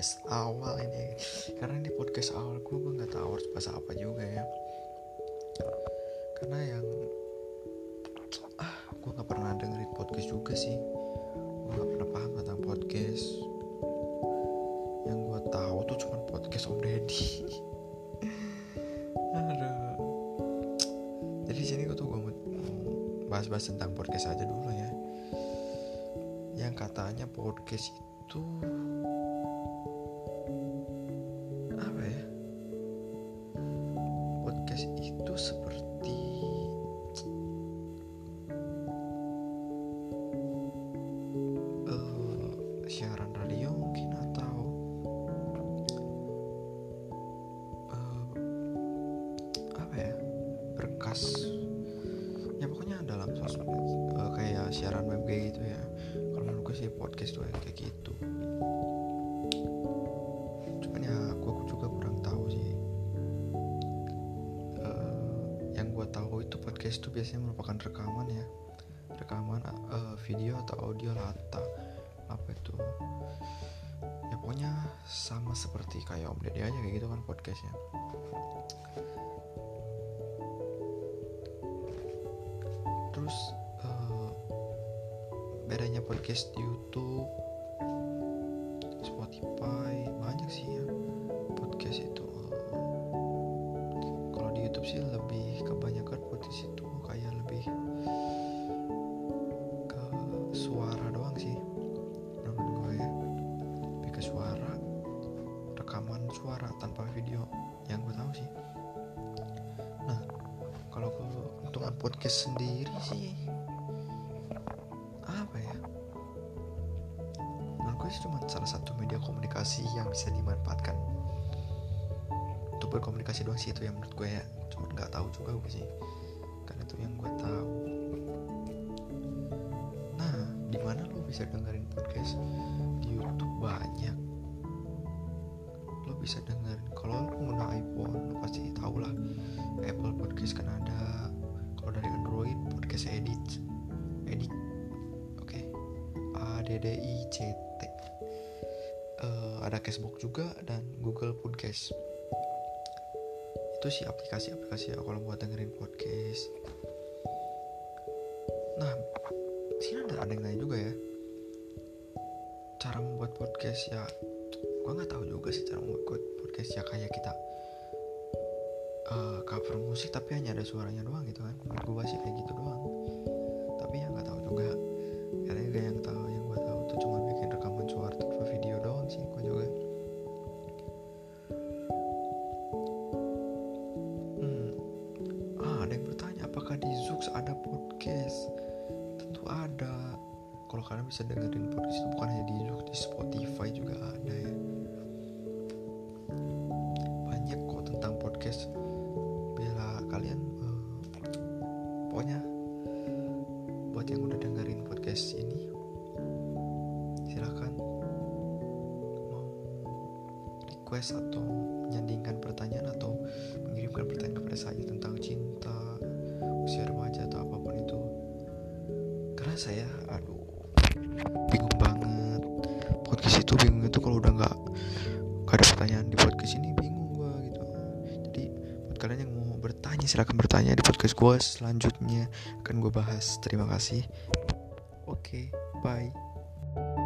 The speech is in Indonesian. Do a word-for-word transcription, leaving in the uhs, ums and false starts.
podcast awal ini. Karena di podcast awal gue gue nggak tahu harus bahas apa juga ya. Karena yang ah gue nggak pernah dengerin podcast juga sih. Gue nggak pernah paham tentang podcast. Yang gue tahu tuh cuma podcast Om Deddy. Aduh. Jadi di sini gue tuh gue mau bahas-bahas tentang podcast aja dulu ya. Yang katanya podcast itu apa ya? Podcast itu seperti uh, siaran radio mungkin atau uh, apa ya? Berkas. Ya pokoknya dalam sosmed uh, kayak siaran web kayak gitu ya. Kalau menurut gue sih podcast tuh kayak gitu. Cuman ya gue juga kurang tahu sih. Uh, yang gue tahu itu podcast itu biasanya merupakan rekaman ya, rekaman uh, video atau audio lata. Apa itu? Ya pokoknya sama seperti kayak Om Deddy aja kayak gitu kan podcastnya. Terus uh, bedanya podcast di YouTube, Spotify, banyak sih ya podcast itu. Kalau di YouTube sih lebih kebanyakan podcast itu kayak lebih ke suara doang sih menurut gue ya, lebih ke suara, rekaman suara tanpa video yang gue tahu sih. Nah kalau keuntungan podcast sendiri sih apa ya, menurut gue sih cuma salah satu media komunikasi yang bisa dimanfaatkan untuk berkomunikasi doang sih, itu yang menurut gue ya. Cuma nggak tahu juga gue sih, karena itu yang gue tahu. Nah di mana lo bisa dengerin podcast? Di YouTube banyak. Lo bisa dengerin kalau lo pengguna iPhone, lo pasti tahu lah Apple Podcast kan ada. Kalau dari Android podcast edit edit oke okay. A D D I C T. Uh, ada Castbox juga dan Google Podcast. Itu sih aplikasi-aplikasi ya kalau buat dengerin podcast. Nah sini ada, ada yang nanya juga ya, cara membuat podcast ya. Gue nggak tahu juga sih cara membuat podcast ya, kayak kita uh, cover musik tapi hanya ada suaranya doang gitu kan. Menurut gue sih kayak gitu doang. Tapi ya nggak tahu juga. Karena gak yang tahu, yang gue tahu tuh cuma bikin rekaman suara tanpa video doang sih gue juga. Hmm. Ah ada yang bertanya apakah di Zoox ada podcast? Tentu ada. Kalau kalian bisa dengerin podcast itu bukan hanya di Zoox, di Spotify juga ada ya. Banyak kok tentang podcast. Bila kalian uh, pokoknya buat yang udah dengerin podcast ini, silakan mau request atau menyandingkan pertanyaan atau mengirimkan pertanyaan kepada saya tentang cinta, usia remaja atau apapun itu. Karena saya aduh bingung banget. Podcast itu bingung itu kalau udah nggak nggak ada pertanyaan di podcast ini, bingung gue gitu. Jadi buat kalian yang mau bertanya silakan bertanya di podcast gue, selanjutnya akan gue bahas. Terima kasih. Oke, okay, bye.